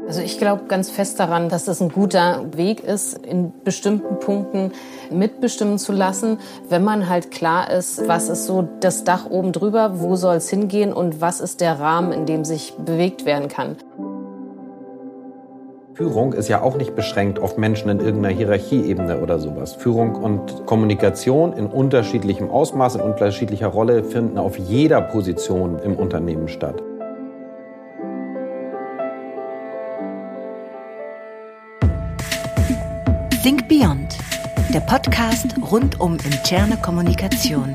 Also ich glaube ganz fest daran, dass es ein guter Weg ist, in bestimmten Punkten mitbestimmen zu lassen, wenn man halt klar ist, was ist so das Dach oben drüber, wo soll es hingehen und was ist der Rahmen, in dem sich bewegt werden kann. Führung ist ja auch nicht beschränkt auf Menschen in irgendeiner Hierarchieebene oder sowas. Führung und Kommunikation in unterschiedlichem Ausmaß, in unterschiedlicher Rolle finden auf jeder Position im Unternehmen statt. Think Beyond, der Podcast rund um interne Kommunikation.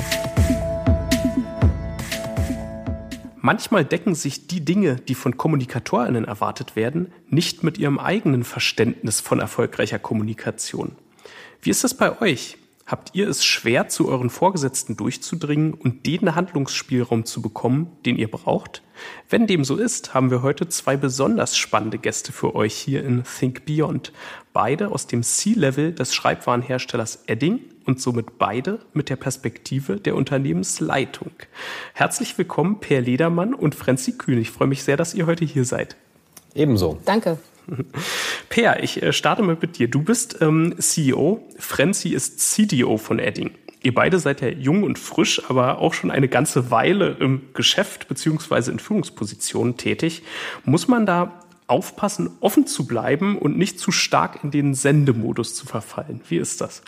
Manchmal decken sich die Dinge, die von KommunikatorInnen erwartet werden, nicht mit ihrem eigenen Verständnis von erfolgreicher Kommunikation. Wie ist das bei euch? Habt ihr es schwer, zu euren Vorgesetzten durchzudringen und den Handlungsspielraum zu bekommen, den ihr braucht? Wenn dem so ist, haben wir heute zwei besonders spannende Gäste für euch hier in Think Beyond. Beide aus dem C-Level des Schreibwarenherstellers Edding und somit beide mit der Perspektive der Unternehmensleitung. Herzlich willkommen, Per Ledermann und Franzi Kühn. Ich freue mich sehr, dass ihr heute hier seid. Ebenso. Danke. Per, ich starte mal mit dir. Du bist CEO, Franzi ist CDO von Edding. Ihr beide seid ja jung und frisch, aber auch schon eine ganze Weile im Geschäft bzw. in Führungspositionen tätig. Muss man da aufpassen, offen zu bleiben und nicht zu stark in den Sendemodus zu verfallen? Wie ist das?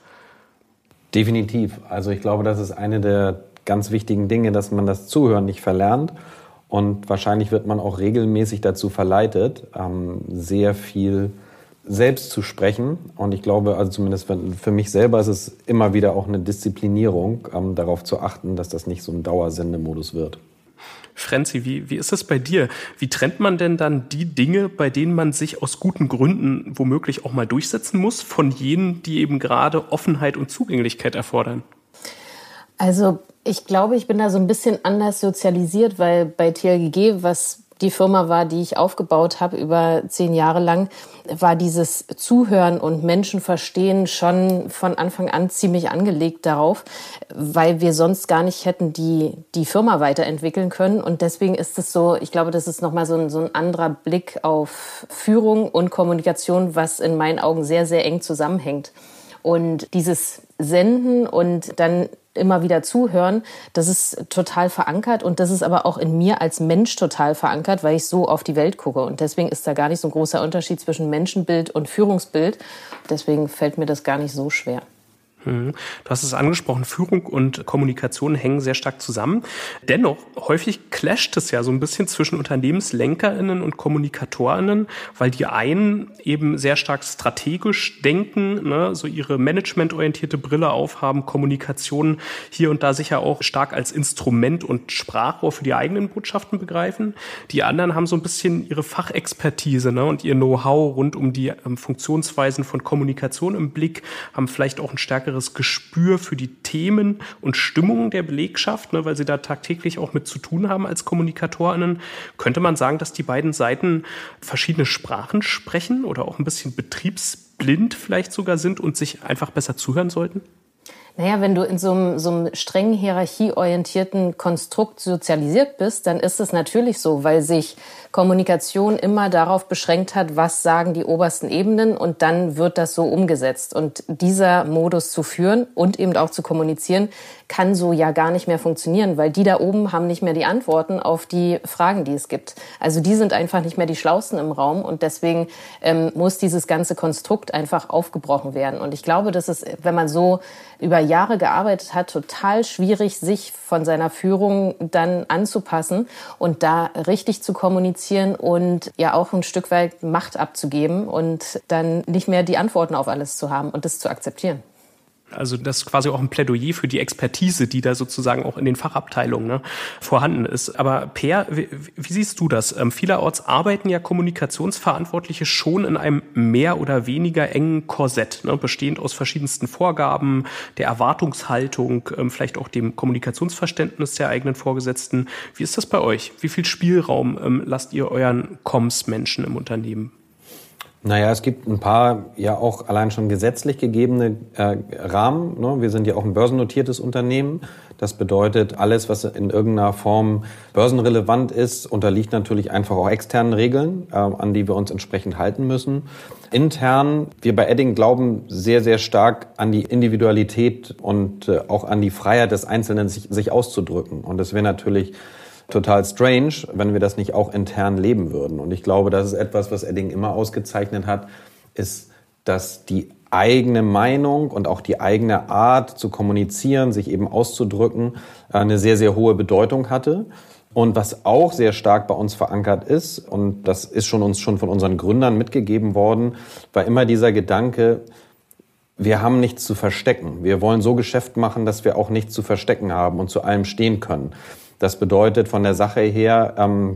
Definitiv. Also ich glaube, das ist eine der ganz wichtigen Dinge, dass man das Zuhören nicht verlernt. Und wahrscheinlich wird man auch regelmäßig dazu verleitet, sehr viel selbst zu sprechen. Und ich glaube, also zumindest für mich selber ist es immer wieder auch eine Disziplinierung, darauf zu achten, dass das nicht so ein Dauersendemodus wird. Franzi, wie ist das bei dir? Wie trennt man denn dann die Dinge, bei denen man sich aus guten Gründen womöglich auch mal durchsetzen muss, von jenen, die eben gerade Offenheit und Zugänglichkeit erfordern? Also ich glaube, ich bin da so ein bisschen anders sozialisiert, weil bei TLGG, was die Firma war, die ich aufgebaut habe über 10 Jahre lang, war dieses Zuhören und Menschen verstehen schon von Anfang an ziemlich angelegt darauf, weil wir sonst gar nicht hätten die Firma weiterentwickeln können. Und deswegen ist es so, ich glaube, das ist nochmal so ein anderer Blick auf Führung und Kommunikation, was in meinen Augen sehr, sehr eng zusammenhängt. Und dieses Senden und dann immer wieder zuhören, das ist total verankert und das ist aber auch in mir als Mensch total verankert, weil ich so auf die Welt gucke. Und deswegen ist da gar nicht so ein großer Unterschied zwischen Menschenbild und Führungsbild. Deswegen fällt mir das gar nicht so schwer. Du hast es angesprochen, Führung und Kommunikation hängen sehr stark zusammen. Dennoch, häufig clasht es ja so ein bisschen zwischen UnternehmenslenkerInnen und KommunikatorInnen, weil die einen eben sehr stark strategisch denken, ne, so ihre managementorientierte Brille aufhaben, Kommunikation hier und da sicher auch stark als Instrument und Sprachrohr für die eigenen Botschaften begreifen. Die anderen haben so ein bisschen ihre Fachexpertise, ne, und ihr Know-how rund um die Funktionsweisen von Kommunikation im Blick, haben vielleicht auch ein stärkeres Gespür für die Themen und Stimmungen der Belegschaft, ne, weil sie da tagtäglich auch mit zu tun haben als KommunikatorInnen. Könnte man sagen, dass die beiden Seiten verschiedene Sprachen sprechen oder auch ein bisschen betriebsblind vielleicht sogar sind und sich einfach besser zuhören sollten? Naja, wenn du in so einem streng hierarchieorientierten Konstrukt sozialisiert bist, dann ist es natürlich so, weil sich Kommunikation immer darauf beschränkt hat, was sagen die obersten Ebenen und dann wird das so umgesetzt. Und dieser Modus zu führen und eben auch zu kommunizieren, kann so ja gar nicht mehr funktionieren, weil die da oben haben nicht mehr die Antworten auf die Fragen, die es gibt. Also die sind einfach nicht mehr die Schlausten im Raum und deswegen muss dieses ganze Konstrukt einfach aufgebrochen werden. Und ich glaube, das ist, wenn man so über Jahre gearbeitet hat, total schwierig, sich von seiner Führung dann anzupassen und da richtig zu kommunizieren und ja auch ein Stück weit Macht abzugeben und dann nicht mehr die Antworten auf alles zu haben und das zu akzeptieren. Also das ist quasi auch ein Plädoyer für die Expertise, die da sozusagen auch in den Fachabteilungen vorhanden ist. Aber Per, wie siehst du das? Vielerorts arbeiten ja Kommunikationsverantwortliche schon in einem mehr oder weniger engen Korsett, bestehend aus verschiedensten Vorgaben, der Erwartungshaltung, vielleicht auch dem Kommunikationsverständnis der eigenen Vorgesetzten. Wie ist das bei euch? Wie viel Spielraum lasst ihr euren Comms-Menschen im Unternehmen? Naja, es gibt ein paar ja auch allein schon gesetzlich gegebene Rahmen. Ne? Wir sind ja auch ein börsennotiertes Unternehmen. Das bedeutet, alles, was in irgendeiner Form börsenrelevant ist, unterliegt natürlich einfach auch externen Regeln, an die wir uns entsprechend halten müssen. Intern, wir bei Edding glauben sehr, sehr stark an die Individualität und auch an die Freiheit des Einzelnen, sich auszudrücken. Und das wäre natürlich total strange, wenn wir das nicht auch intern leben würden. Und ich glaube, das ist etwas, was Edding immer ausgezeichnet hat, ist, dass die eigene Meinung und auch die eigene Art zu kommunizieren, sich eben auszudrücken, eine sehr, sehr hohe Bedeutung hatte. Und was auch sehr stark bei uns verankert ist, und das ist uns schon von unseren Gründern mitgegeben worden, war immer dieser Gedanke, wir haben nichts zu verstecken. Wir wollen so Geschäft machen, dass wir auch nichts zu verstecken haben und zu allem stehen können. Das bedeutet von der Sache her,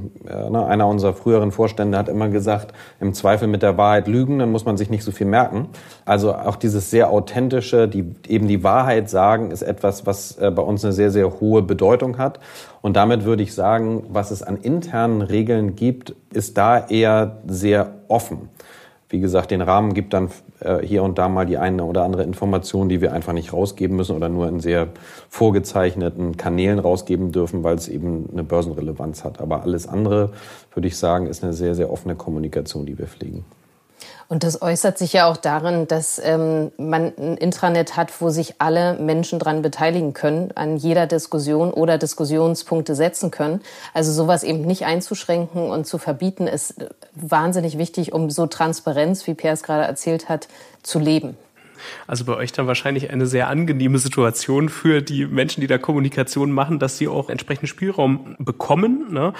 einer unserer früheren Vorstände hat immer gesagt, im Zweifel mit der Wahrheit lügen, dann muss man sich nicht so viel merken. Also auch dieses sehr authentische, eben die Wahrheit sagen, ist etwas, was bei uns eine sehr, sehr hohe Bedeutung hat. Und damit würde ich sagen, was es an internen Regeln gibt, ist da eher sehr offen. Wie gesagt, den Rahmen gibt dann hier und da mal die eine oder andere Information, die wir einfach nicht rausgeben müssen oder nur in sehr vorgezeichneten Kanälen rausgeben dürfen, weil es eben eine Börsenrelevanz hat. Aber alles andere, würde ich sagen, ist eine sehr, sehr offene Kommunikation, die wir pflegen. Und das äußert sich ja auch darin, dass man ein Intranet hat, wo sich alle Menschen dran beteiligen können, an jeder Diskussion oder Diskussionspunkte setzen können. Also sowas eben nicht einzuschränken und zu verbieten, ist wahnsinnig wichtig, um so Transparenz, wie Per es gerade erzählt hat, zu leben. Also bei euch dann wahrscheinlich eine sehr angenehme Situation für die Menschen, die da Kommunikation machen, dass sie auch entsprechenden Spielraum bekommen, ne?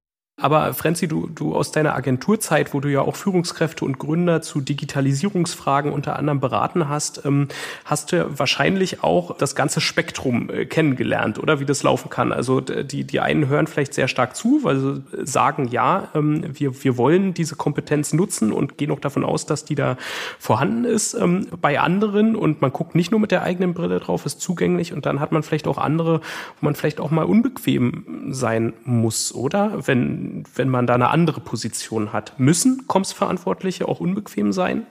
Aber Franzi, du aus deiner Agenturzeit, wo du ja auch Führungskräfte und Gründer zu Digitalisierungsfragen unter anderem beraten hast, hast du wahrscheinlich auch das ganze Spektrum kennengelernt, oder wie das laufen kann. Also die einen hören vielleicht sehr stark zu, weil sie sagen, ja, wir wollen diese Kompetenz nutzen und gehen auch davon aus, dass die da vorhanden ist. Bei anderen, und man guckt nicht nur mit der eigenen Brille drauf, ist zugänglich, und dann hat man vielleicht auch andere, wo man vielleicht auch mal unbequem sein muss, oder? Wenn man da eine andere Position hat. Müssen Comms-Verantwortliche auch unbequem sein?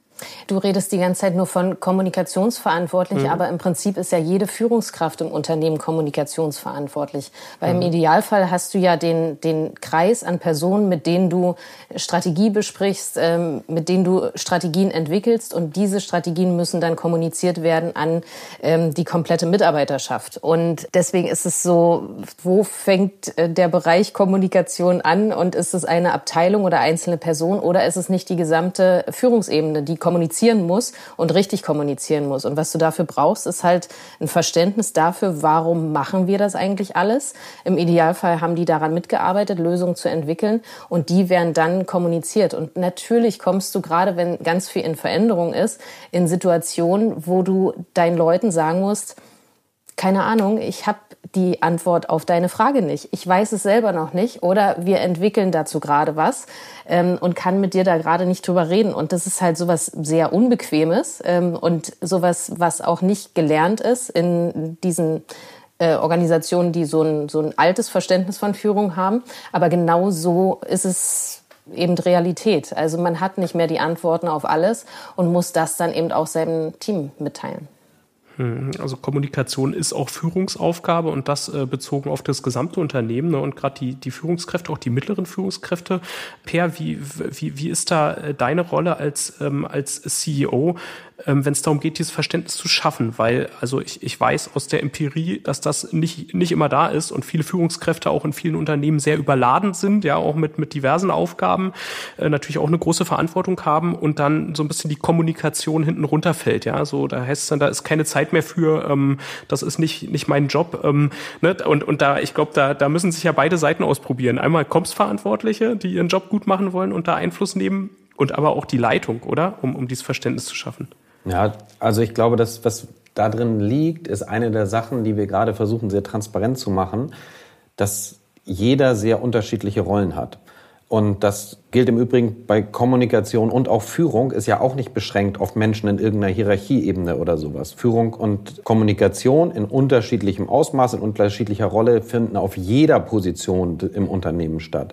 Du redest die ganze Zeit nur von kommunikationsverantwortlich, aber im Prinzip ist ja jede Führungskraft im Unternehmen kommunikationsverantwortlich. Weil im Idealfall hast du ja den Kreis an Personen, mit denen du Strategie besprichst, mit denen du Strategien entwickelst, und diese Strategien müssen dann kommuniziert werden an die komplette Mitarbeiterschaft. Und deswegen ist es so, wo fängt der Bereich Kommunikation an, und ist es eine Abteilung oder einzelne Person, oder ist es nicht die gesamte Führungsebene, die kommunizieren muss und richtig kommunizieren muss. Und was du dafür brauchst, ist halt ein Verständnis dafür, warum machen wir das eigentlich alles. Im Idealfall haben die daran mitgearbeitet, Lösungen zu entwickeln, und die werden dann kommuniziert. Und natürlich kommst du, gerade wenn ganz viel in Veränderung ist, in Situationen, wo du deinen Leuten sagen musst, keine Ahnung, ich habe die Antwort auf deine Frage nicht. Ich weiß es selber noch nicht, oder wir entwickeln dazu gerade was und kann mit dir da gerade nicht drüber reden. Und das ist halt sowas sehr Unbequemes und sowas, was auch nicht gelernt ist in diesen Organisationen, die so ein altes Verständnis von Führung haben. Aber genau so ist es eben Realität. Also man hat nicht mehr die Antworten auf alles und muss das dann eben auch seinem Team mitteilen. Also Kommunikation ist auch Führungsaufgabe, und das bezogen auf das gesamte Unternehmen, ne? Und gerade die Führungskräfte, auch die mittleren Führungskräfte. Per, wie ist da deine Rolle als CEO, wenn es darum geht, dieses Verständnis zu schaffen? Weil, also ich weiß aus der Empirie, dass das nicht immer da ist, und viele Führungskräfte auch in vielen Unternehmen sehr überladen sind, ja, auch mit diversen Aufgaben, natürlich auch eine große Verantwortung haben, und dann so ein bisschen die Kommunikation hinten runterfällt, ja, so, da heißt es dann, da ist keine Zeit mehr für, das ist nicht mein Job, ne? Und da, ich glaube, da müssen sich ja beide Seiten ausprobieren. Einmal Comms-Verantwortliche, die ihren Job gut machen wollen und da Einfluss nehmen, und aber auch die Leitung, oder? Um dieses Verständnis zu schaffen. Ja, also ich glaube, das, was da drin liegt, ist eine der Sachen, die wir gerade versuchen, sehr transparent zu machen, dass jeder sehr unterschiedliche Rollen hat. Und das gilt im Übrigen bei Kommunikation, und auch Führung ist ja auch nicht beschränkt auf Menschen in irgendeiner Hierarchieebene oder sowas. Führung und Kommunikation in unterschiedlichem Ausmaß, in unterschiedlicher Rolle finden auf jeder Position im Unternehmen statt.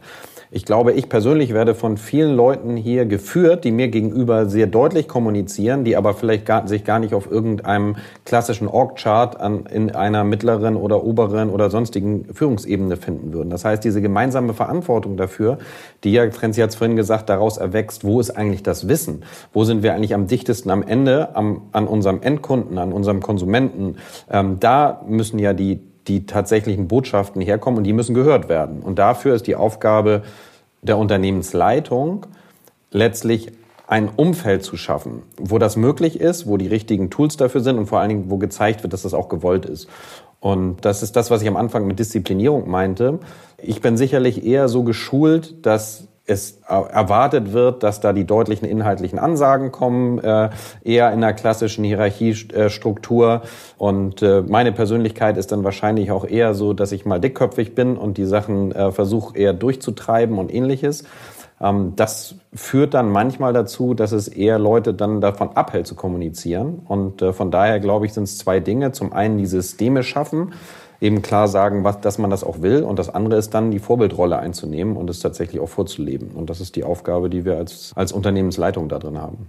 Ich glaube, ich persönlich werde von vielen Leuten hier geführt, die mir gegenüber sehr deutlich kommunizieren, die aber vielleicht sich gar nicht auf irgendeinem klassischen Org-Chart in einer mittleren oder oberen oder sonstigen Führungsebene finden würden. Das heißt, diese gemeinsame Verantwortung dafür, die ja, Franzi hat es vorhin gesagt, daraus erwächst, wo ist eigentlich das Wissen? Wo sind wir eigentlich am dichtesten am Ende, an unserem Endkunden, an unserem Konsumenten? Da müssen ja die tatsächlichen Botschaften herkommen und die müssen gehört werden. Und dafür ist die Aufgabe der Unternehmensleitung letztlich ein Umfeld zu schaffen, wo das möglich ist, wo die richtigen Tools dafür sind und vor allen Dingen, wo gezeigt wird, dass das auch gewollt ist. Und das ist das, was ich am Anfang mit Disziplinierung meinte. Ich bin sicherlich eher so geschult, dass es erwartet wird, dass da die deutlichen inhaltlichen Ansagen kommen, eher in einer klassischen Hierarchiestruktur. Und meine Persönlichkeit ist dann wahrscheinlich auch eher so, dass ich mal dickköpfig bin und die Sachen versuche eher durchzutreiben und Ähnliches. Das führt dann manchmal dazu, dass es eher Leute dann davon abhält zu kommunizieren. Und von daher, glaube ich, sind es zwei Dinge. Zum einen die Systeme schaffen, eben klar sagen, dass man das auch will. Und das andere ist dann, die Vorbildrolle einzunehmen und es tatsächlich auch vorzuleben. Und das ist die Aufgabe, die wir als Unternehmensleitung da drin haben.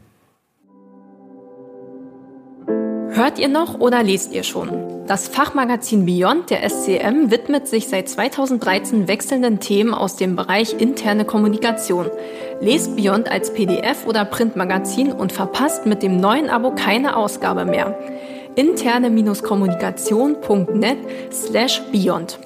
Hört ihr noch oder lest ihr schon? Das Fachmagazin Beyond der SCM widmet sich seit 2013 wechselnden Themen aus dem Bereich interne Kommunikation. Lest Beyond als PDF oder Printmagazin und verpasst mit dem neuen Abo keine Ausgabe mehr. interne-kommunikation.net/beyond.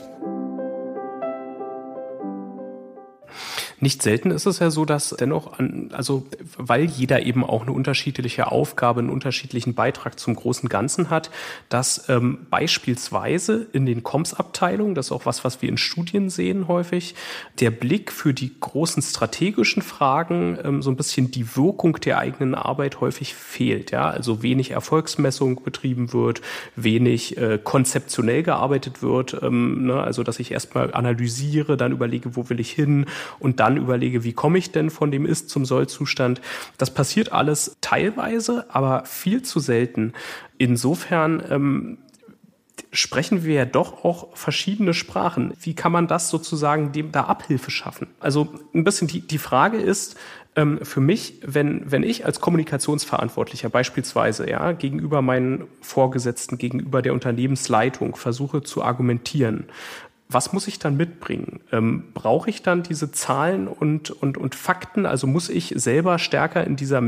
Nicht selten ist es ja so, dass dennoch, weil jeder eben auch eine unterschiedliche Aufgabe, einen unterschiedlichen Beitrag zum großen Ganzen hat, dass beispielsweise in den Comms-Abteilungen, das ist auch was wir in Studien sehen häufig, der Blick für die großen strategischen Fragen, so ein bisschen die Wirkung der eigenen Arbeit häufig fehlt. Ja? Also wenig Erfolgsmessung betrieben wird, wenig konzeptionell gearbeitet wird, also dass ich erstmal analysiere, dann überlege, wo will ich hin und dann überlege, wie komme ich denn von dem Ist- zum Soll-Zustand. Das passiert alles teilweise, aber viel zu selten. Insofern sprechen wir ja doch auch verschiedene Sprachen. Wie kann man das sozusagen dem da Abhilfe schaffen? Also ein bisschen die Frage ist, für mich, wenn ich als Kommunikationsverantwortlicher beispielsweise gegenüber meinen Vorgesetzten, gegenüber der Unternehmensleitung versuche zu argumentieren, was muss ich dann mitbringen? Brauche ich dann diese Zahlen und Fakten? Also muss ich selber stärker in dieser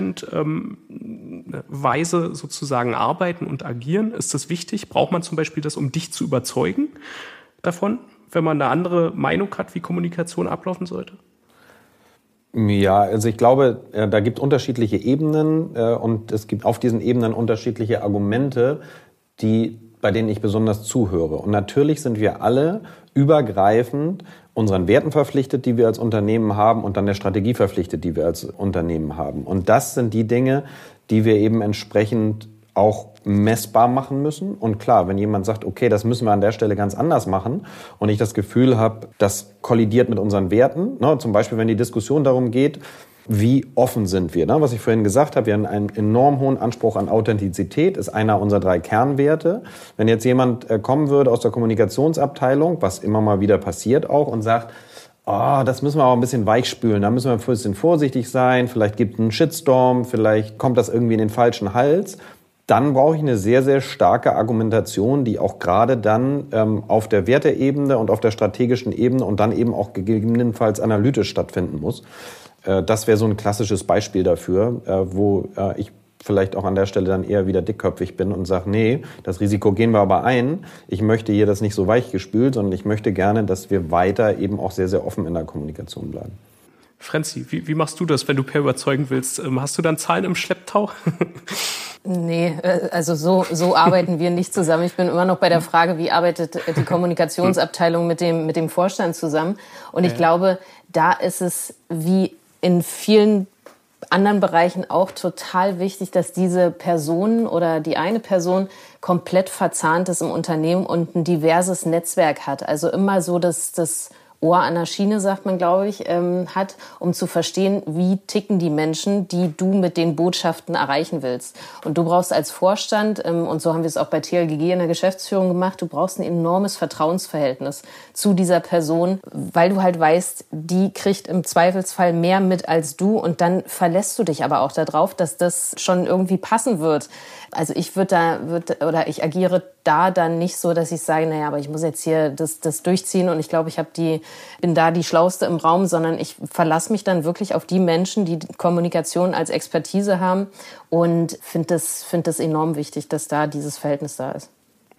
Management-Weise sozusagen arbeiten und agieren? Ist das wichtig? Braucht man zum Beispiel das, um dich zu überzeugen davon, wenn man eine andere Meinung hat, wie Kommunikation ablaufen sollte? Ja, also ich glaube, da gibt es unterschiedliche Ebenen und es gibt auf diesen Ebenen unterschiedliche Argumente, bei denen ich besonders zuhöre. Und natürlich sind wir alle übergreifend unseren Werten verpflichtet, die wir als Unternehmen haben, und dann der Strategie verpflichtet, die wir als Unternehmen haben. Und das sind die Dinge, die wir eben entsprechend auch messbar machen müssen. Und klar, wenn jemand sagt, okay, das müssen wir an der Stelle ganz anders machen und ich das Gefühl habe, das kollidiert mit unseren Werten, zum Beispiel wenn die Diskussion darum geht, wie offen sind wir? Was ich vorhin gesagt habe, wir haben einen enorm hohen Anspruch an Authentizität, ist einer unserer 3 Kernwerte. Wenn jetzt jemand kommen würde aus der Kommunikationsabteilung, was immer mal wieder passiert auch, und sagt, das müssen wir aber ein bisschen weichspülen, da müssen wir ein bisschen vorsichtig sein, vielleicht gibt es einen Shitstorm, vielleicht kommt das irgendwie in den falschen Hals, dann brauche ich eine sehr, sehr starke Argumentation, die auch gerade dann auf der Werteebene und auf der strategischen Ebene und dann eben auch gegebenenfalls analytisch stattfinden muss. Das wäre so ein klassisches Beispiel dafür, wo ich vielleicht auch an der Stelle dann eher wieder dickköpfig bin und sage, nee, das Risiko gehen wir aber ein. Ich möchte hier das nicht so weichgespült, sondern ich möchte gerne, dass wir weiter eben auch sehr, sehr offen in der Kommunikation bleiben. Franzi, wie machst du das, wenn du Per überzeugen willst? Hast du dann Zahlen im Schlepptau? Nee, also so arbeiten wir nicht zusammen. Ich bin immer noch bei der Frage, wie arbeitet die Kommunikationsabteilung mit dem Vorstand zusammen? Und ich glaube, da ist es wie in vielen anderen Bereichen auch total wichtig, dass diese Personen oder die eine Person komplett verzahnt ist im Unternehmen und ein diverses Netzwerk hat. Also immer so das Ohr an der Schiene, sagt man, glaube ich, hat, um zu verstehen, wie ticken die Menschen, die du mit den Botschaften erreichen willst. Und du brauchst als Vorstand, und so haben wir es auch bei TLGG in der Geschäftsführung gemacht, du brauchst ein enormes Vertrauensverhältnis zu dieser Person, weil du halt weißt, die kriegt im Zweifelsfall mehr mit als du und dann verlässt du dich aber auch darauf, dass das schon irgendwie passen wird. Also ich ich agiere da dann nicht so, dass ich sage, naja, aber ich muss jetzt hier das durchziehen und ich glaube, bin da die Schlauste im Raum, sondern ich verlasse mich dann wirklich auf die Menschen, die Kommunikation als Expertise haben und finde das enorm wichtig, dass da dieses Verhältnis da ist.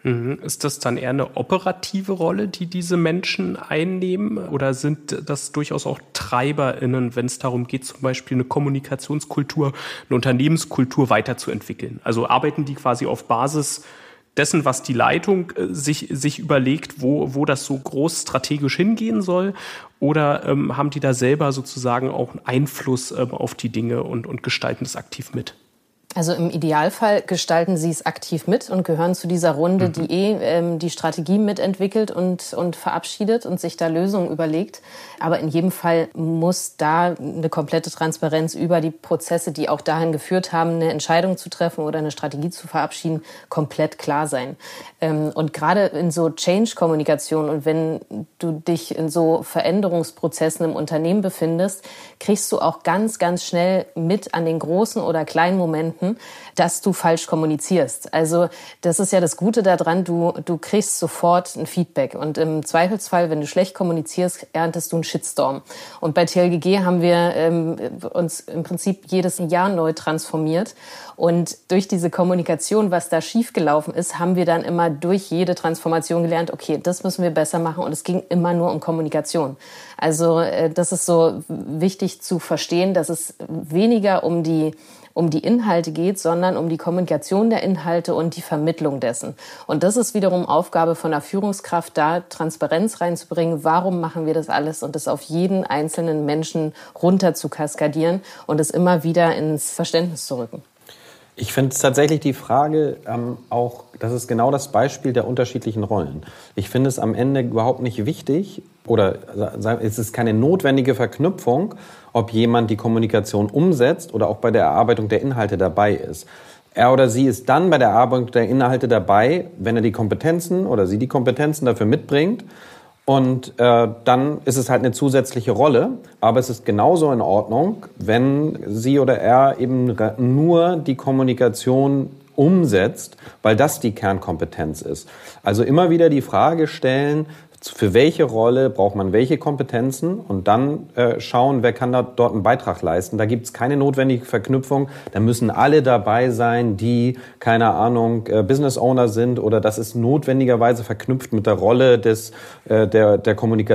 Ist das dann eher eine operative Rolle, die diese Menschen einnehmen? Oder sind das durchaus auch TreiberInnen, wenn es darum geht, zum Beispiel eine Kommunikationskultur, eine Unternehmenskultur weiterzuentwickeln? Also arbeiten die quasi auf Basis dessen, was die Leitung sich überlegt, wo das so groß strategisch hingehen soll? Oder haben die da selber sozusagen auch einen Einfluss auf die Dinge und gestalten das aktiv mit? Also im Idealfall gestalten sie es aktiv mit und gehören zu dieser Runde, die die Strategie mitentwickelt und verabschiedet und sich da Lösungen überlegt. Aber in jedem Fall muss da eine komplette Transparenz über die Prozesse, die auch dahin geführt haben, eine Entscheidung zu treffen oder eine Strategie zu verabschieden, komplett klar sein. Und gerade in so Change-Kommunikation und wenn du dich in so Veränderungsprozessen im Unternehmen befindest, kriegst du auch ganz, ganz schnell mit an den großen oder kleinen Momenten, dass du falsch kommunizierst. Also das ist ja das Gute daran, du kriegst sofort ein Feedback und im Zweifelsfall, wenn du schlecht kommunizierst, erntest du einen Shitstorm. Und bei TLGG haben wir uns im Prinzip jedes Jahr neu transformiert und durch diese Kommunikation, was da schiefgelaufen ist, haben wir dann immer durch jede Transformation gelernt, okay, das müssen wir besser machen und es ging immer nur um Kommunikation. Also das ist so wichtig zu verstehen, dass es weniger um die Inhalte geht, sondern um die Kommunikation der Inhalte und die Vermittlung dessen. Und das ist wiederum Aufgabe von der Führungskraft, da Transparenz reinzubringen. Warum machen wir das alles? Und das auf jeden einzelnen Menschen runter zu kaskadieren und es immer wieder ins Verständnis zu rücken. Ich finde es tatsächlich die Frage auch, das ist genau das Beispiel der unterschiedlichen Rollen. Ich finde es am Ende überhaupt nicht wichtig oder es ist keine notwendige Verknüpfung, ob jemand die Kommunikation umsetzt oder auch bei der Erarbeitung der Inhalte dabei ist. Er oder sie ist dann bei der Erarbeitung der Inhalte dabei, wenn er die Kompetenzen oder sie die Kompetenzen dafür mitbringt. Und dann ist es halt eine zusätzliche Rolle, aber es ist genauso in Ordnung, wenn sie oder er eben nur die Kommunikation umsetzt, weil das die Kernkompetenz ist. Also immer wieder die Frage stellen, für welche Rolle braucht man welche Kompetenzen und dann schauen, wer kann dort einen Beitrag leisten. Da gibt es keine notwendige Verknüpfung. Da müssen alle dabei sein, die, keine Ahnung, Business Owner sind oder das ist notwendigerweise verknüpft mit der Rolle der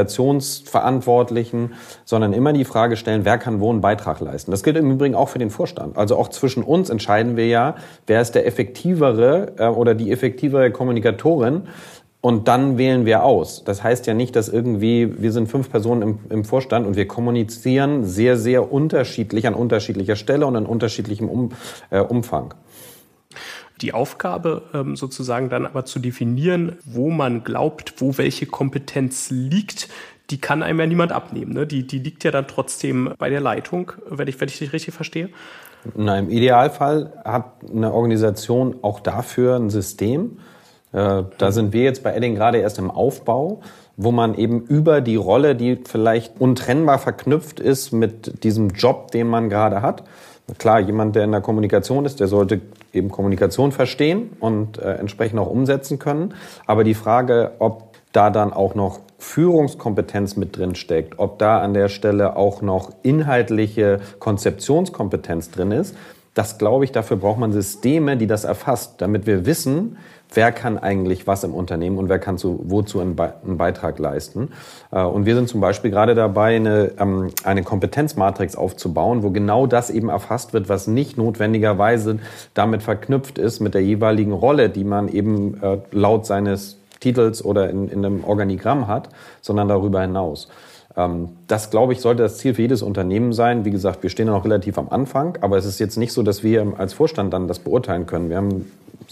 Kommunikationsverantwortlichen, sondern immer die Frage stellen, wer kann wo einen Beitrag leisten. Das gilt im Übrigen auch für den Vorstand. Also auch zwischen uns entscheiden wir ja, wer ist der effektivere oder die effektivere Kommunikatorin. Und dann wählen wir aus. Das heißt ja nicht, dass wir sind 5 Personen im Vorstand und wir kommunizieren sehr, sehr unterschiedlich an unterschiedlicher Stelle und in unterschiedlichem Umfang. Die Aufgabe sozusagen dann aber zu definieren, wo man glaubt, wo welche Kompetenz liegt, die kann einem ja niemand abnehmen. Ne? Die liegt ja dann trotzdem bei der Leitung, wenn ich dich richtig verstehe. Na, im Idealfall hat eine Organisation auch dafür ein System. Da sind wir jetzt bei Edding gerade erst im Aufbau, wo man eben über die Rolle, die vielleicht untrennbar verknüpft ist mit diesem Job, den man gerade hat. Klar, jemand, der in der Kommunikation ist, der sollte eben Kommunikation verstehen und entsprechend auch umsetzen können. Aber die Frage, ob da dann auch noch Führungskompetenz mit drin steckt, ob da an der Stelle auch noch inhaltliche Konzeptionskompetenz drin ist, das glaube ich, dafür braucht man Systeme, die das erfasst, damit wir wissen, wer kann eigentlich was im Unternehmen und wer kann wozu einen Beitrag leisten. Und wir sind zum Beispiel gerade dabei, eine Kompetenzmatrix aufzubauen, wo genau das eben erfasst wird, was nicht notwendigerweise damit verknüpft ist mit der jeweiligen Rolle, die man eben laut seines Titels oder in einem Organigramm hat, sondern darüber hinaus. Das, glaube ich, sollte das Ziel für jedes Unternehmen sein. Wie gesagt, wir stehen noch relativ am Anfang, aber es ist jetzt nicht so, dass wir als Vorstand dann das beurteilen können. Wir haben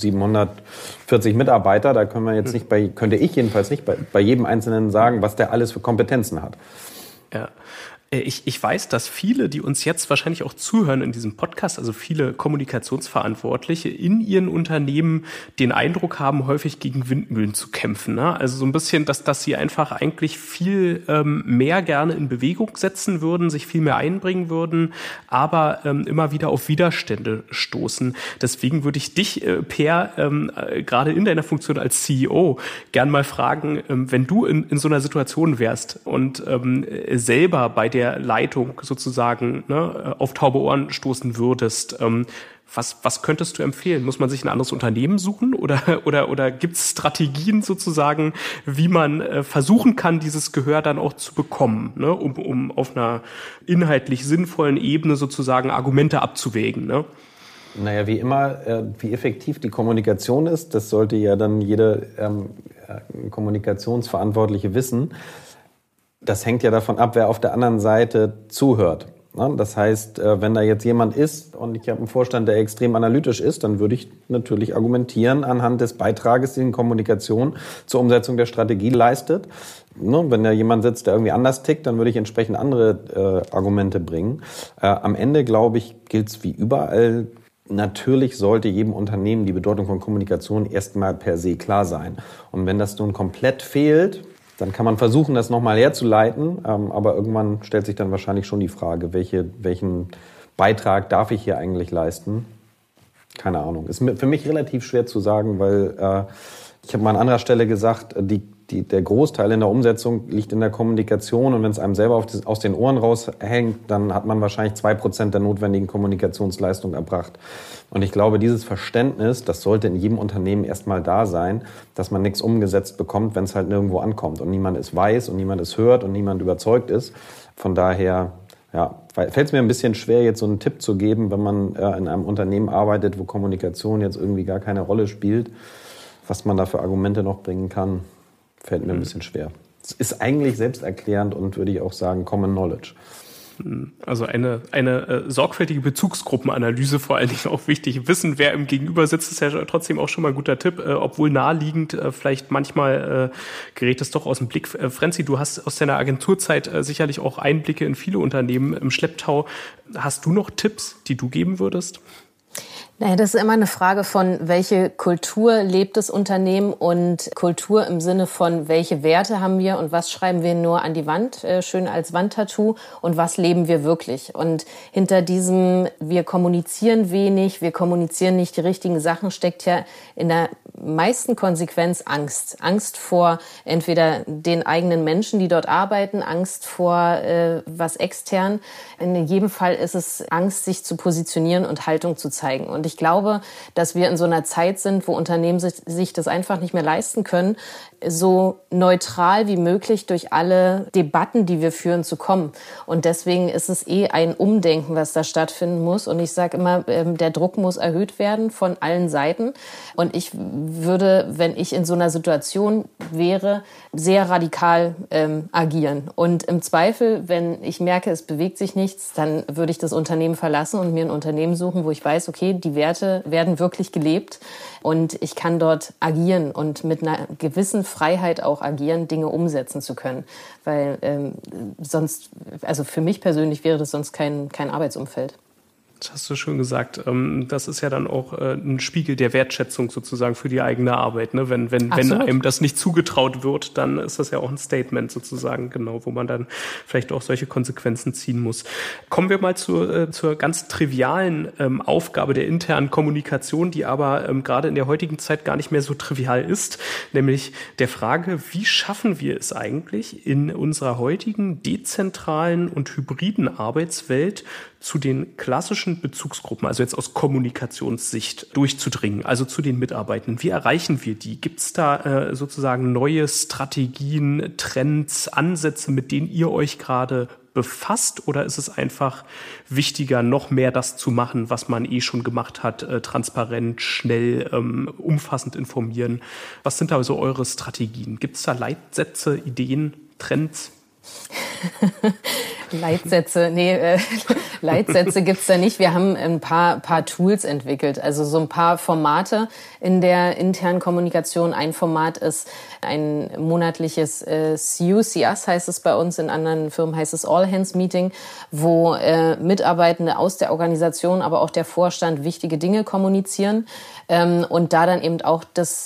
740 Mitarbeiter, da könnte ich jedenfalls nicht bei jedem Einzelnen sagen, was der alles für Kompetenzen hat. Ja. Ich weiß, dass viele, die uns jetzt wahrscheinlich auch zuhören in diesem Podcast, also viele Kommunikationsverantwortliche in ihren Unternehmen den Eindruck haben, häufig gegen Windmühlen zu kämpfen. Ne? Also so ein bisschen, dass sie einfach eigentlich viel mehr gerne in Bewegung setzen würden, sich viel mehr einbringen würden, aber immer wieder auf Widerstände stoßen. Deswegen würde ich dich, Per, gerade in deiner Funktion als CEO, gern mal fragen, wenn du in so einer Situation wärst und selber bei der Leitung sozusagen auf taube Ohren stoßen würdest, was könntest du empfehlen? Muss man sich ein anderes Unternehmen suchen oder gibt es Strategien sozusagen, wie man versuchen kann, dieses Gehör dann auch zu bekommen, ne? um auf einer inhaltlich sinnvollen Ebene sozusagen Argumente abzuwägen? Ne? Naja, wie immer, wie effektiv die Kommunikation ist, das sollte ja dann jeder Kommunikationsverantwortliche wissen. Das hängt ja davon ab, wer auf der anderen Seite zuhört. Das heißt, wenn da jetzt jemand ist und ich habe einen Vorstand, der extrem analytisch ist, dann würde ich natürlich argumentieren anhand des Beitrages, den Kommunikation zur Umsetzung der Strategie leistet. Wenn da jemand sitzt, der irgendwie anders tickt, dann würde ich entsprechend andere Argumente bringen. Am Ende, glaube ich, gilt es wie überall. Natürlich sollte jedem Unternehmen die Bedeutung von Kommunikation erstmal per se klar sein. Und wenn das nun komplett fehlt, dann kann man versuchen, das nochmal herzuleiten, aber irgendwann stellt sich dann wahrscheinlich schon die Frage, welchen Beitrag darf ich hier eigentlich leisten? Keine Ahnung. Ist für mich relativ schwer zu sagen, weil ich habe mal an anderer Stelle gesagt, der Großteil in der Umsetzung liegt in der Kommunikation und wenn es einem selber aus den Ohren raushängt, dann hat man wahrscheinlich 2% der notwendigen Kommunikationsleistung erbracht. Und ich glaube, dieses Verständnis, das sollte in jedem Unternehmen erstmal da sein, dass man nichts umgesetzt bekommt, wenn es halt nirgendwo ankommt und niemand es weiß und niemand es hört und niemand überzeugt ist. Von daher fällt es mir ein bisschen schwer, jetzt so einen Tipp zu geben, wenn man in einem Unternehmen arbeitet, wo Kommunikation jetzt irgendwie gar keine Rolle spielt, was man da für Argumente noch bringen kann. Fällt mir ein bisschen schwer. Es ist eigentlich selbsterklärend und würde ich auch sagen Common Knowledge. Also eine sorgfältige Bezugsgruppenanalyse vor allen Dingen auch wichtig. Wissen, wer im Gegenüber sitzt, ist ja trotzdem auch schon mal ein guter Tipp, obwohl naheliegend, vielleicht manchmal gerät es doch aus dem Blick. Franzi, du hast aus deiner Agenturzeit sicherlich auch Einblicke in viele Unternehmen im Schlepptau. Hast du noch Tipps, die du geben würdest? Naja, das ist immer eine Frage von, welche Kultur lebt das Unternehmen und Kultur im Sinne von, welche Werte haben wir und was schreiben wir nur an die Wand, schön als Wandtattoo und was leben wir wirklich. Und hinter diesem, wir kommunizieren wenig, wir kommunizieren nicht die richtigen Sachen, steckt ja in der meisten Konsequenz Angst. Angst vor entweder den eigenen Menschen, die dort arbeiten, Angst vor was extern. In jedem Fall ist es Angst, sich zu positionieren und Haltung zu zeigen. Und ich glaube, dass wir in so einer Zeit sind, wo Unternehmen sich das einfach nicht mehr leisten können, so neutral wie möglich durch alle Debatten, die wir führen, zu kommen. Und deswegen ist es ein Umdenken, was da stattfinden muss. Und ich sage immer, der Druck muss erhöht werden von allen Seiten. Und ich würde, wenn ich in so einer Situation wäre, sehr radikal agieren. Und im Zweifel, wenn ich merke, es bewegt sich nichts, dann würde ich das Unternehmen verlassen und mir ein Unternehmen suchen, wo ich weiß, okay, die Werte werden wirklich gelebt und ich kann dort agieren und mit einer gewissen Freiheit auch agieren, Dinge umsetzen zu können. Weil sonst, also für mich persönlich wäre das sonst kein Arbeitsumfeld. Das hast du schön gesagt. Das ist ja dann auch ein Spiegel der Wertschätzung sozusagen für die eigene Arbeit. Ne? Wenn einem das nicht zugetraut wird, dann ist das ja auch ein Statement sozusagen, genau, wo man dann vielleicht auch solche Konsequenzen ziehen muss. Kommen wir mal zur ganz trivialen Aufgabe der internen Kommunikation, die aber gerade in der heutigen Zeit gar nicht mehr so trivial ist, nämlich der Frage, wie schaffen wir es eigentlich in unserer heutigen dezentralen und hybriden Arbeitswelt zu den klassischen Bezugsgruppen, also jetzt aus Kommunikationssicht, durchzudringen, also zu den Mitarbeitenden. Wie erreichen wir die? Gibt es da sozusagen neue Strategien, Trends, Ansätze, mit denen ihr euch gerade befasst? Oder ist es einfach wichtiger, noch mehr das zu machen, was man schon gemacht hat, transparent, schnell, umfassend informieren? Was sind da so eure Strategien? Gibt es da Leitsätze, Ideen, Trends? Leitsätze gibt's da nicht. Wir haben ein paar Tools entwickelt, also so ein paar Formate in der internen Kommunikation. Ein Format ist ein monatliches CUCS, heißt es bei uns, in anderen Firmen heißt es All-Hands-Meeting, wo Mitarbeitende aus der Organisation, aber auch der Vorstand wichtige Dinge kommunizieren und da dann eben auch das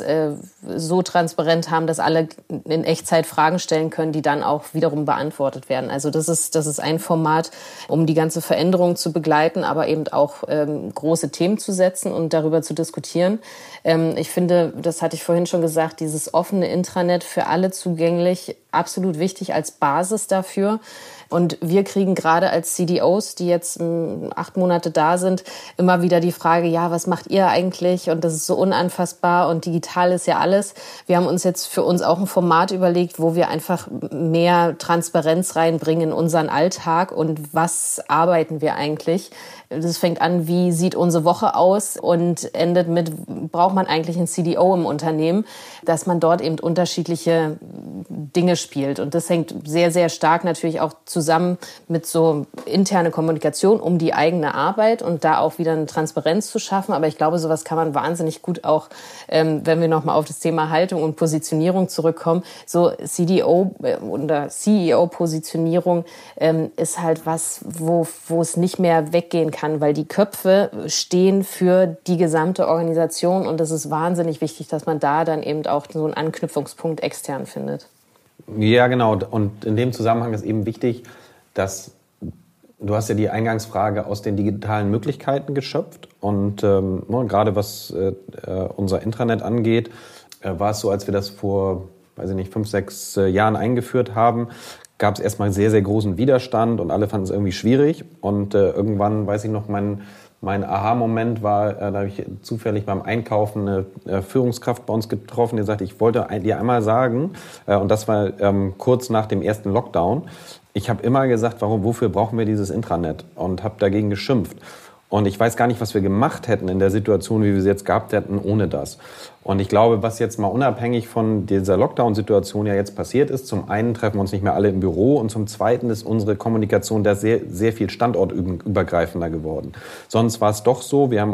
so transparent haben, dass alle in Echtzeit Fragen stellen können, die dann auch wiederum beantwortet werden. Also das ist ein Format, um die ganze Veränderung zu begleiten, aber eben auch große Themen zu setzen und darüber zu diskutieren. Ich finde, das hatte ich vorhin schon gesagt, dieses offene Intranet für alle zugänglich, absolut wichtig als Basis dafür. Und wir kriegen gerade als CDOs, die jetzt 8 Monate da sind, immer wieder die Frage, ja, was macht ihr eigentlich? Und das ist so unanfassbar und digital ist ja alles. Wir haben uns jetzt für uns auch ein Format überlegt, wo wir einfach mehr Transparenz reinbringen in unseren Alltag und was arbeiten wir eigentlich. Das fängt an, wie sieht unsere Woche aus und endet mit, braucht man eigentlich einen CDO im Unternehmen, dass man dort eben unterschiedliche Dinge spielt. Und das hängt sehr, sehr stark natürlich auch zusammen mit so interne Kommunikation um die eigene Arbeit und da auch wieder eine Transparenz zu schaffen. Aber ich glaube, sowas kann man wahnsinnig gut auch, wenn wir nochmal auf das Thema Haltung und Positionierung zurückkommen, so CDO oder CEO-Positionierung ist halt was, wo es nicht mehr weggehen kann, weil die Köpfe stehen für die gesamte Organisation und es ist wahnsinnig wichtig, dass man da dann eben auch so einen Anknüpfungspunkt extern findet. Ja, genau. Und in dem Zusammenhang ist eben wichtig, dass du hast ja die Eingangsfrage aus den digitalen Möglichkeiten geschöpft und gerade was unser Intranet angeht, war es so, als wir das vor, 5, 6 Jahren eingeführt haben, gab es erstmal sehr, sehr großen Widerstand und alle fanden es irgendwie schwierig. Und irgendwann, weiß ich noch, mein Aha-Moment war, da habe ich zufällig beim Einkaufen eine Führungskraft bei uns getroffen, die sagte, ich wollte dir einmal sagen, und das war kurz nach dem ersten Lockdown, ich habe immer gesagt, wofür brauchen wir dieses Intranet? Und habe dagegen geschimpft. Und ich weiß gar nicht, was wir gemacht hätten in der Situation, wie wir sie jetzt gehabt hätten, ohne das. Und ich glaube, was jetzt mal unabhängig von dieser Lockdown-Situation ja jetzt passiert ist, zum einen treffen wir uns nicht mehr alle im Büro und zum zweiten ist unsere Kommunikation da sehr, sehr viel standortübergreifender geworden. Sonst war es doch so, wir haben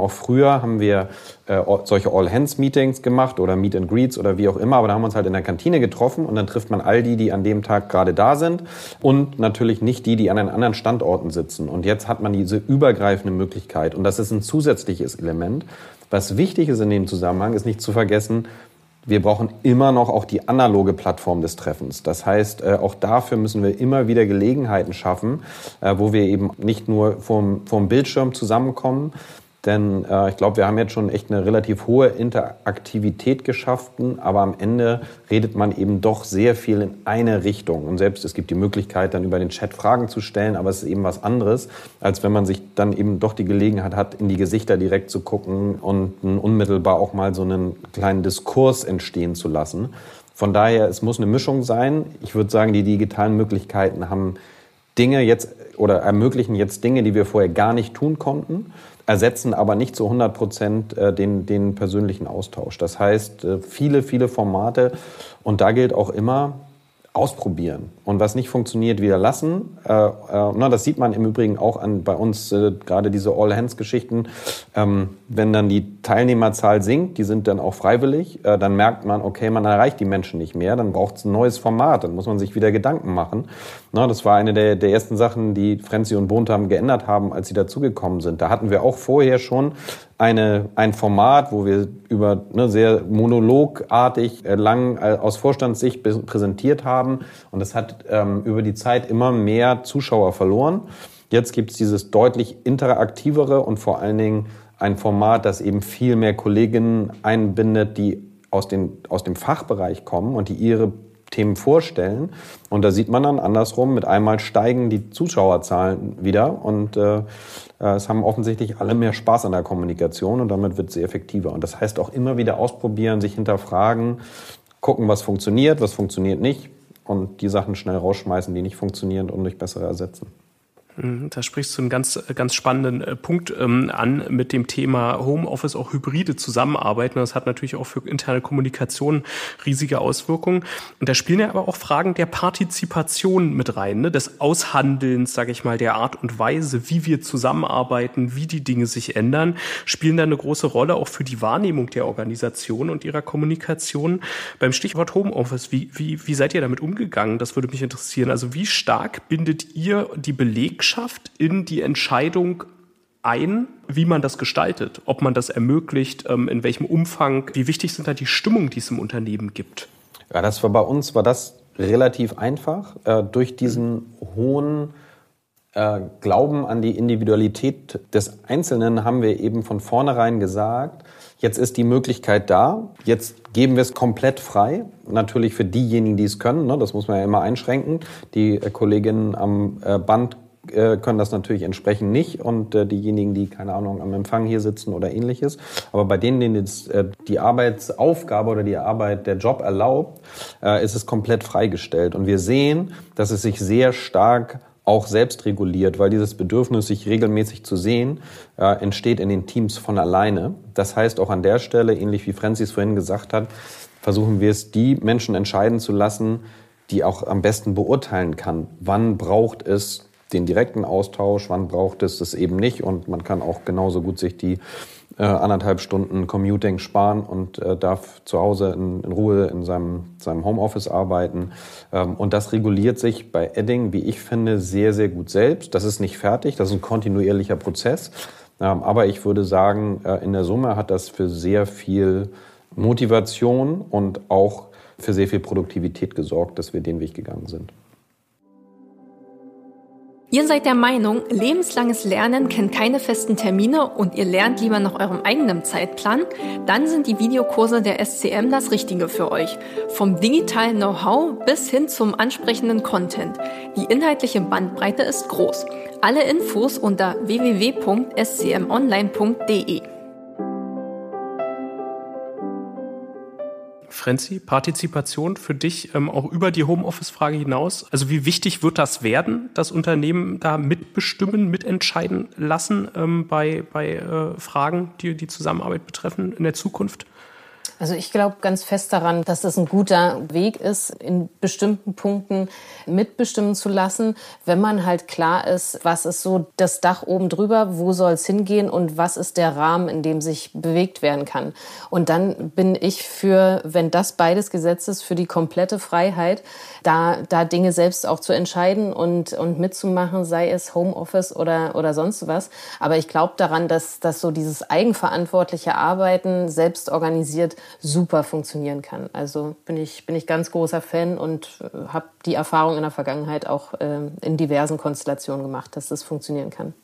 solche All-Hands-Meetings gemacht oder Meet and Greets oder wie auch immer, aber da haben wir uns halt in der Kantine getroffen und dann trifft man all die an dem Tag gerade da sind und natürlich nicht die an den anderen Standorten sitzen. Und jetzt hat man diese übergreifende Möglichkeit und das ist ein zusätzliches Element. Was wichtig ist in dem Zusammenhang, ist nicht zu vergessen, wir brauchen immer noch auch die analoge Plattform des Treffens. Das heißt, auch dafür müssen wir immer wieder Gelegenheiten schaffen, wo wir eben nicht nur vorm Bildschirm zusammenkommen, denn ich glaube, wir haben jetzt schon echt eine relativ hohe Interaktivität geschaffen, aber am Ende redet man eben doch sehr viel in eine Richtung. Und selbst es gibt die Möglichkeit, dann über den Chat Fragen zu stellen, aber es ist eben was anderes, als wenn man sich dann eben doch die Gelegenheit hat, in die Gesichter direkt zu gucken und unmittelbar auch mal so einen kleinen Diskurs entstehen zu lassen. Von daher, es muss eine Mischung sein. Ich würde sagen, die digitalen Möglichkeiten haben Dinge jetzt oder ermöglichen jetzt Dinge, die wir vorher gar nicht tun konnten, ersetzen aber nicht zu 100% den persönlichen Austausch. Das heißt, viele, viele Formate und da gilt auch immer, ausprobieren und was nicht funktioniert, wieder lassen. Das sieht man im Übrigen auch bei uns, gerade diese All-Hands-Geschichten. Wenn dann die Teilnehmerzahl sinkt, die sind dann auch freiwillig, dann merkt man, okay, man erreicht die Menschen nicht mehr, dann braucht es ein neues Format, dann muss man sich wieder Gedanken machen. Das war eine der ersten Sachen, die Frenzy und Bontam geändert haben, als sie dazugekommen sind. Da hatten wir auch vorher schon ein Format, wo wir über sehr monologartig lang aus Vorstandssicht präsentiert haben. Und das hat über die Zeit immer mehr Zuschauer verloren. Jetzt gibt es dieses deutlich interaktivere und vor allen Dingen ein Format, das eben viel mehr Kolleginnen einbindet, die aus dem Fachbereich kommen und die ihre Themen vorstellen. Und da sieht man dann andersrum, mit einmal steigen die Zuschauerzahlen wieder und es haben offensichtlich alle mehr Spaß an der Kommunikation und damit wird sie effektiver. Und das heißt auch immer wieder ausprobieren, sich hinterfragen, gucken, was funktioniert nicht und die Sachen schnell rausschmeißen, die nicht funktionieren und durch bessere ersetzen. Da sprichst du einen ganz, ganz spannenden Punkt an mit dem Thema Homeoffice, auch hybride Zusammenarbeiten. Das hat natürlich auch für interne Kommunikation riesige Auswirkungen. Und da spielen ja aber auch Fragen der Partizipation mit rein, ne? Des Aushandelns, sage ich mal, der Art und Weise, wie wir zusammenarbeiten, wie die Dinge sich ändern, spielen da eine große Rolle auch für die Wahrnehmung der Organisation und ihrer Kommunikation. Beim Stichwort Homeoffice, wie seid ihr damit umgegangen? Das würde mich interessieren. Also wie stark bindet ihr die Belegschaft in die Entscheidung ein, wie man das gestaltet, ob man das ermöglicht, in welchem Umfang, wie wichtig sind da die Stimmungen, die es im Unternehmen gibt? Ja, bei uns war das relativ einfach. Durch diesen hohen Glauben an die Individualität des Einzelnen haben wir eben von vornherein gesagt, jetzt ist die Möglichkeit da, jetzt geben wir es komplett frei. Natürlich für diejenigen, die es können, ne, das muss man ja immer einschränken. Die Kolleginnen am Band können das natürlich entsprechend nicht und diejenigen, die, keine Ahnung, am Empfang hier sitzen oder ähnliches. Aber bei denen jetzt die Arbeitsaufgabe oder der Job erlaubt, ist es komplett freigestellt. Und wir sehen, dass es sich sehr stark auch selbst reguliert, weil dieses Bedürfnis, sich regelmäßig zu sehen, entsteht in den Teams von alleine. Das heißt, auch an der Stelle, ähnlich wie Franzi es vorhin gesagt hat, versuchen wir es, die Menschen entscheiden zu lassen, die auch am besten beurteilen kann, wann braucht es den direkten Austausch, wann braucht es das eben nicht. Und man kann auch genauso gut sich die 1,5 Stunden Commuting sparen und darf zu Hause in Ruhe in seinem Homeoffice arbeiten. Und das reguliert sich bei Edding, wie ich finde, sehr, sehr gut selbst. Das ist nicht fertig, das ist ein kontinuierlicher Prozess. Aber ich würde sagen, in der Summe hat das für sehr viel Motivation und auch für sehr viel Produktivität gesorgt, dass wir den Weg gegangen sind. Ihr seid der Meinung, lebenslanges Lernen kennt keine festen Termine und ihr lernt lieber nach eurem eigenen Zeitplan? Dann sind die Videokurse der SCM das Richtige für euch. Vom digitalen Know-how bis hin zum ansprechenden Content. Die inhaltliche Bandbreite ist groß. Alle Infos unter www.scmonline.de. Franzi, Partizipation für dich auch über die Homeoffice-Frage hinaus? Also wie wichtig wird das werden, das Unternehmen da mitbestimmen, mitentscheiden lassen bei Fragen, die die Zusammenarbeit betreffen in der Zukunft? Also ich glaube ganz fest daran, dass es ein guter Weg ist, in bestimmten Punkten mitbestimmen zu lassen, wenn man halt klar ist, was ist so das Dach oben drüber, wo soll es hingehen und was ist der Rahmen, in dem sich bewegt werden kann. Und dann bin ich für, wenn das beides gesetzt ist, für die komplette Freiheit, da Dinge selbst auch zu entscheiden und mitzumachen, sei es Homeoffice oder sonst was. Aber ich glaube daran, dass so dieses eigenverantwortliche Arbeiten selbst organisiert super funktionieren kann. Also bin ich ganz großer Fan und habe die Erfahrung in der Vergangenheit auch in diversen Konstellationen gemacht, dass das funktionieren kann.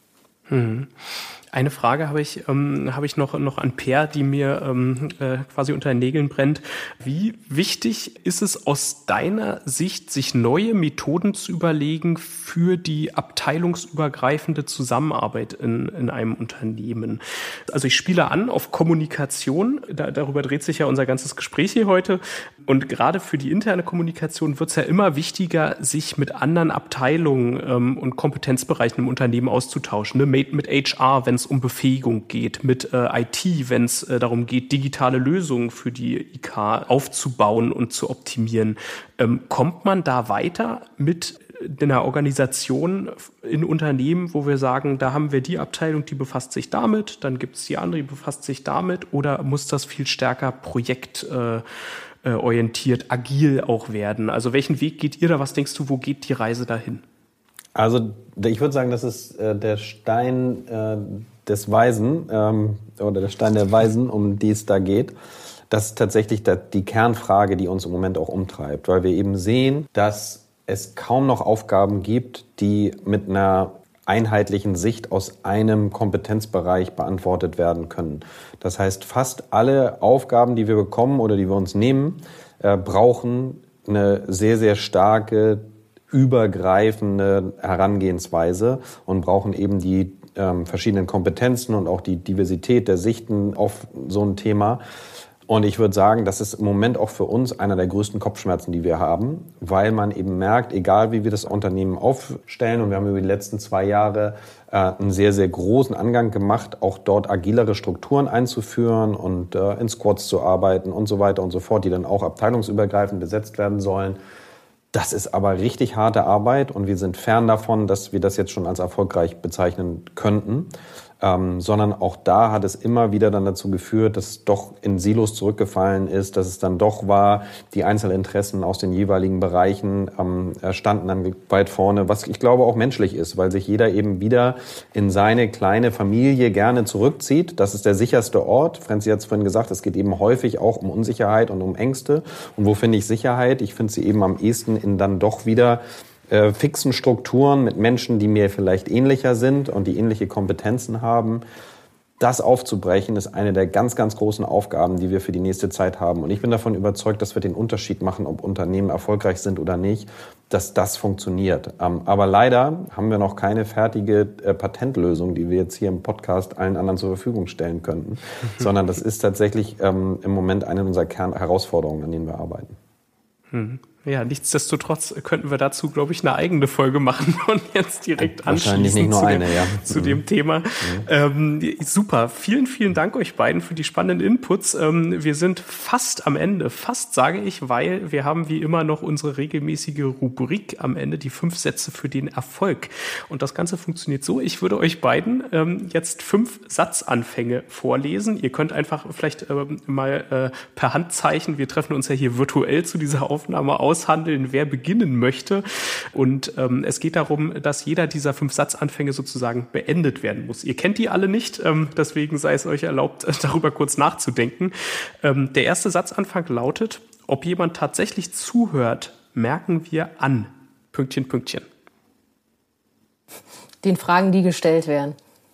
Eine Frage habe ich noch an Per, die mir quasi unter den Nägeln brennt. Wie wichtig ist es aus deiner Sicht, sich neue Methoden zu überlegen für die abteilungsübergreifende Zusammenarbeit in einem Unternehmen? Also ich spiele an auf Kommunikation, darüber dreht sich ja unser ganzes Gespräch hier heute. Und gerade für die interne Kommunikation wird es ja immer wichtiger, sich mit anderen Abteilungen und Kompetenzbereichen im Unternehmen auszutauschen, ne? Mit HR, wenn es um Befähigung geht, mit IT, wenn es darum geht, digitale Lösungen für die IK aufzubauen und zu optimieren. Kommt man da weiter mit einer Organisation in Unternehmen, wo wir sagen, da haben wir die Abteilung, die befasst sich damit, dann gibt es die andere, die befasst sich damit, oder muss das viel stärker projektorientiert, agil auch werden? Also welchen Weg geht ihr da? Was denkst du, wo geht die Reise dahin? Also ich würde sagen, das ist der Stein des Weisen oder der Stein der Weisen, um die es da geht. Das ist tatsächlich die Kernfrage, die uns im Moment auch umtreibt, weil wir eben sehen, dass es kaum noch Aufgaben gibt, die mit einer einheitlichen Sicht aus einem Kompetenzbereich beantwortet werden können. Das heißt, fast alle Aufgaben, die wir bekommen oder die wir uns nehmen, brauchen eine sehr, sehr starke übergreifende Herangehensweise und brauchen eben die verschiedenen Kompetenzen und auch die Diversität der Sichten auf so ein Thema. Und ich würde sagen, das ist im Moment auch für uns einer der größten Kopfschmerzen, die wir haben, weil man eben merkt, egal wie wir das Unternehmen aufstellen, und wir haben über die letzten 2 Jahre einen sehr, sehr großen Angang gemacht, auch dort agilere Strukturen einzuführen und in Squads zu arbeiten und so weiter und so fort, die dann auch abteilungsübergreifend besetzt werden sollen. Das ist aber richtig harte Arbeit und wir sind fern davon, dass wir das jetzt schon als erfolgreich bezeichnen könnten. Sondern auch da hat es immer wieder dann dazu geführt, dass es doch in Silos zurückgefallen ist, dass es dann doch war, die Einzelinteressen aus den jeweiligen Bereichen standen dann weit vorne, was ich glaube auch menschlich ist, weil sich jeder eben wieder in seine kleine Familie gerne zurückzieht. Das ist der sicherste Ort. Franzi hat es vorhin gesagt, es geht eben häufig auch um Unsicherheit und um Ängste. Und wo finde ich Sicherheit? Ich finde sie eben am ehesten in dann doch wieder fixen Strukturen mit Menschen, die mir vielleicht ähnlicher sind und die ähnliche Kompetenzen haben. Das aufzubrechen, ist eine der ganz, ganz großen Aufgaben, die wir für die nächste Zeit haben. Und ich bin davon überzeugt, dass wir den Unterschied machen, ob Unternehmen erfolgreich sind oder nicht, dass das funktioniert. Aber leider haben wir noch keine fertige Patentlösung, die wir jetzt hier im Podcast allen anderen zur Verfügung stellen könnten, sondern das ist tatsächlich im Moment eine unserer Kernherausforderungen, an denen wir arbeiten. Ja, nichtsdestotrotz könnten wir dazu, glaube ich, eine eigene Folge machen und jetzt direkt anschließen zu dem Thema. Super, vielen, vielen Dank euch beiden für die spannenden Inputs. Wir sind fast am Ende, fast sage ich, weil wir haben wie immer noch unsere regelmäßige Rubrik am Ende, die 5 Sätze für den Erfolg. Und das Ganze funktioniert so, ich würde euch beiden jetzt 5 Satzanfänge vorlesen. Ihr könnt einfach vielleicht mal per Handzeichen, wir treffen uns ja hier virtuell zu dieser Aufnahme aushandeln, wer beginnen möchte. Und es geht darum, dass jeder dieser 5 Satzanfänge sozusagen beendet werden muss. Ihr kennt die alle nicht, deswegen sei es euch erlaubt, darüber kurz nachzudenken. Der erste Satzanfang lautet: Ob jemand tatsächlich zuhört, merken wir an. Pünktchen, Pünktchen. Den Fragen, die gestellt werden.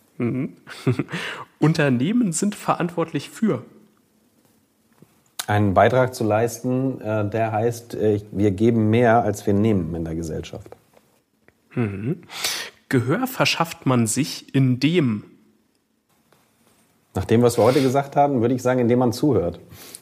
Unternehmen sind verantwortlich für einen Beitrag zu leisten, der heißt, wir geben mehr, als wir nehmen in der Gesellschaft. Gehör verschafft man sich, indem? Nach dem, was wir heute gesagt haben, würde ich sagen, indem man zuhört.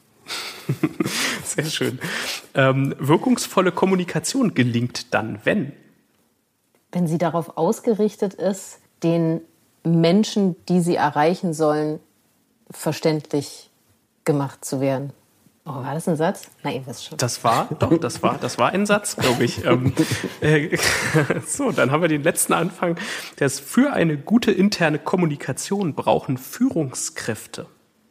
Sehr schön. Wirkungsvolle Kommunikation gelingt dann, wenn? Wenn sie darauf ausgerichtet ist, den Menschen, die sie erreichen sollen, verständlich gemacht zu werden. Oh, war das ein Satz? Nein, ihr wisst schon. Das war ein Satz, glaube ich. So, dann haben wir den letzten Anfang. Der ist: Für eine gute interne Kommunikation brauchen Führungskräfte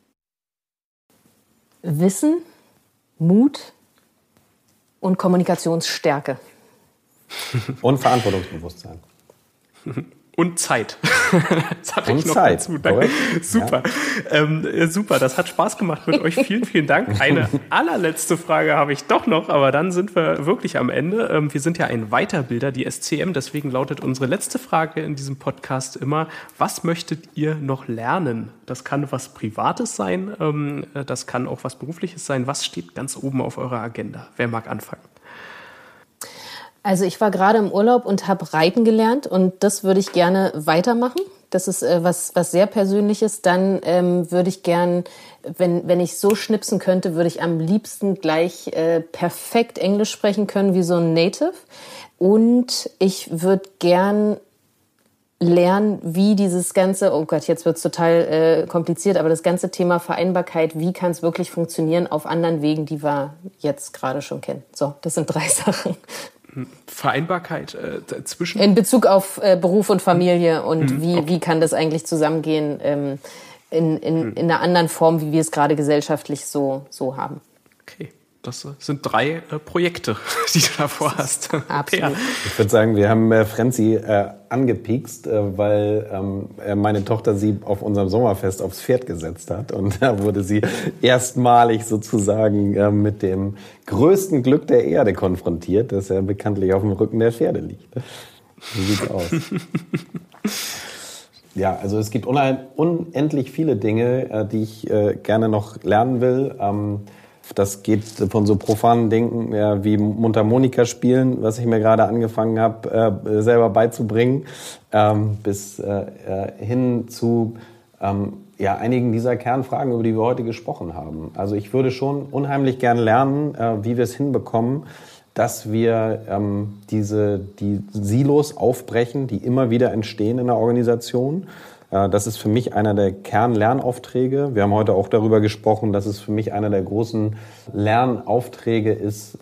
Wissen, Mut und Kommunikationsstärke. Und Verantwortungsbewusstsein. Und Zeit. Sag ich noch Zeit. dazu. Super. Ja. Super, das hat Spaß gemacht mit euch. Vielen, vielen Dank. Eine allerletzte Frage habe ich doch noch, aber dann sind wir wirklich am Ende. Wir sind ja ein Weiterbilder, die SCM, deswegen lautet unsere letzte Frage in diesem Podcast immer: Was möchtet ihr noch lernen? Das kann was Privates sein, das kann auch was Berufliches sein. Was steht ganz oben auf eurer Agenda? Wer mag anfangen? Also ich war gerade im Urlaub und habe Reiten gelernt und das würde ich gerne weitermachen. Das ist was sehr Persönliches. Dann würde ich gern, wenn ich so schnipsen könnte, würde ich am liebsten gleich perfekt Englisch sprechen können wie so ein Native. Und ich würde gern lernen, wie dieses ganze, oh Gott, jetzt wird's total kompliziert, aber das ganze Thema Vereinbarkeit, wie kann es wirklich funktionieren auf anderen Wegen, die wir jetzt gerade schon kennen. So, das sind 3 Sachen. Vereinbarkeit zwischen? In Bezug auf Beruf und Familie und wie kann das eigentlich zusammengehen in einer anderen Form, wie wir es gerade gesellschaftlich so haben. Okay, das sind 3 Projekte, die du davor hast. Absolut. Ja. Ich würde sagen, wir haben Franzi angepiekst, weil meine Tochter sie auf unserem Sommerfest aufs Pferd gesetzt hat. Und da wurde sie erstmalig sozusagen mit dem größten Glück der Erde konfrontiert, das ja bekanntlich auf dem Rücken der Pferde liegt. So sieht's aus. Ja, also es gibt unendlich viele Dinge, die ich gerne noch lernen will. Das geht von so profanen Dingen wie Mundharmonika spielen, was ich mir gerade angefangen habe, selber beizubringen, bis hin zu einigen dieser Kernfragen, über die wir heute gesprochen haben. Also ich würde schon unheimlich gern lernen, wie wir es hinbekommen, dass wir die Silos aufbrechen, die immer wieder entstehen in der Organisation. Das ist für mich einer der Kernlernaufträge. Wir haben heute auch darüber gesprochen, dass es für mich einer der großen Lernaufträge ist,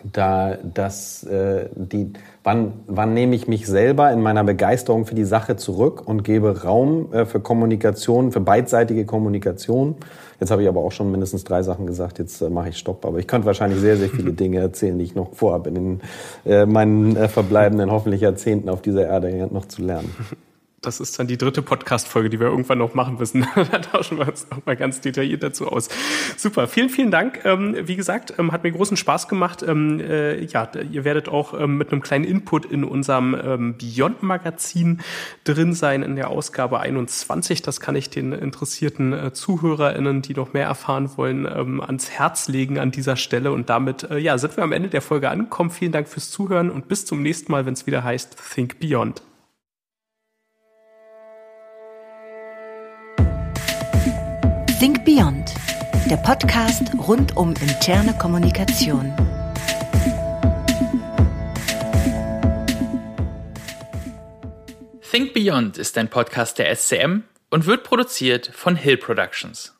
wann nehme ich mich selber in meiner Begeisterung für die Sache zurück und gebe Raum für Kommunikation, für beidseitige Kommunikation. Jetzt habe ich aber auch schon mindestens 3 Sachen gesagt, jetzt mache ich Stopp. Aber ich könnte wahrscheinlich sehr, sehr viele Dinge erzählen, die ich noch vorhabe, in meinen verbleibenden hoffentlich Jahrzehnten auf dieser Erde noch zu lernen. Das ist dann die 3. Podcast-Folge, die wir irgendwann noch machen müssen. Da tauschen wir uns noch mal ganz detailliert dazu aus. Super, vielen, vielen Dank. Wie gesagt, hat mir großen Spaß gemacht. Ihr werdet auch mit einem kleinen Input in unserem Beyond-Magazin drin sein, in der Ausgabe 21. Das kann ich den interessierten ZuhörerInnen, die noch mehr erfahren wollen, ans Herz legen an dieser Stelle. Und damit sind wir am Ende der Folge angekommen. Vielen Dank fürs Zuhören und bis zum nächsten Mal, wenn es wieder heißt Think Beyond. Think Beyond, der Podcast rund um interne Kommunikation. Think Beyond ist ein Podcast der SCM und wird produziert von Hill Productions.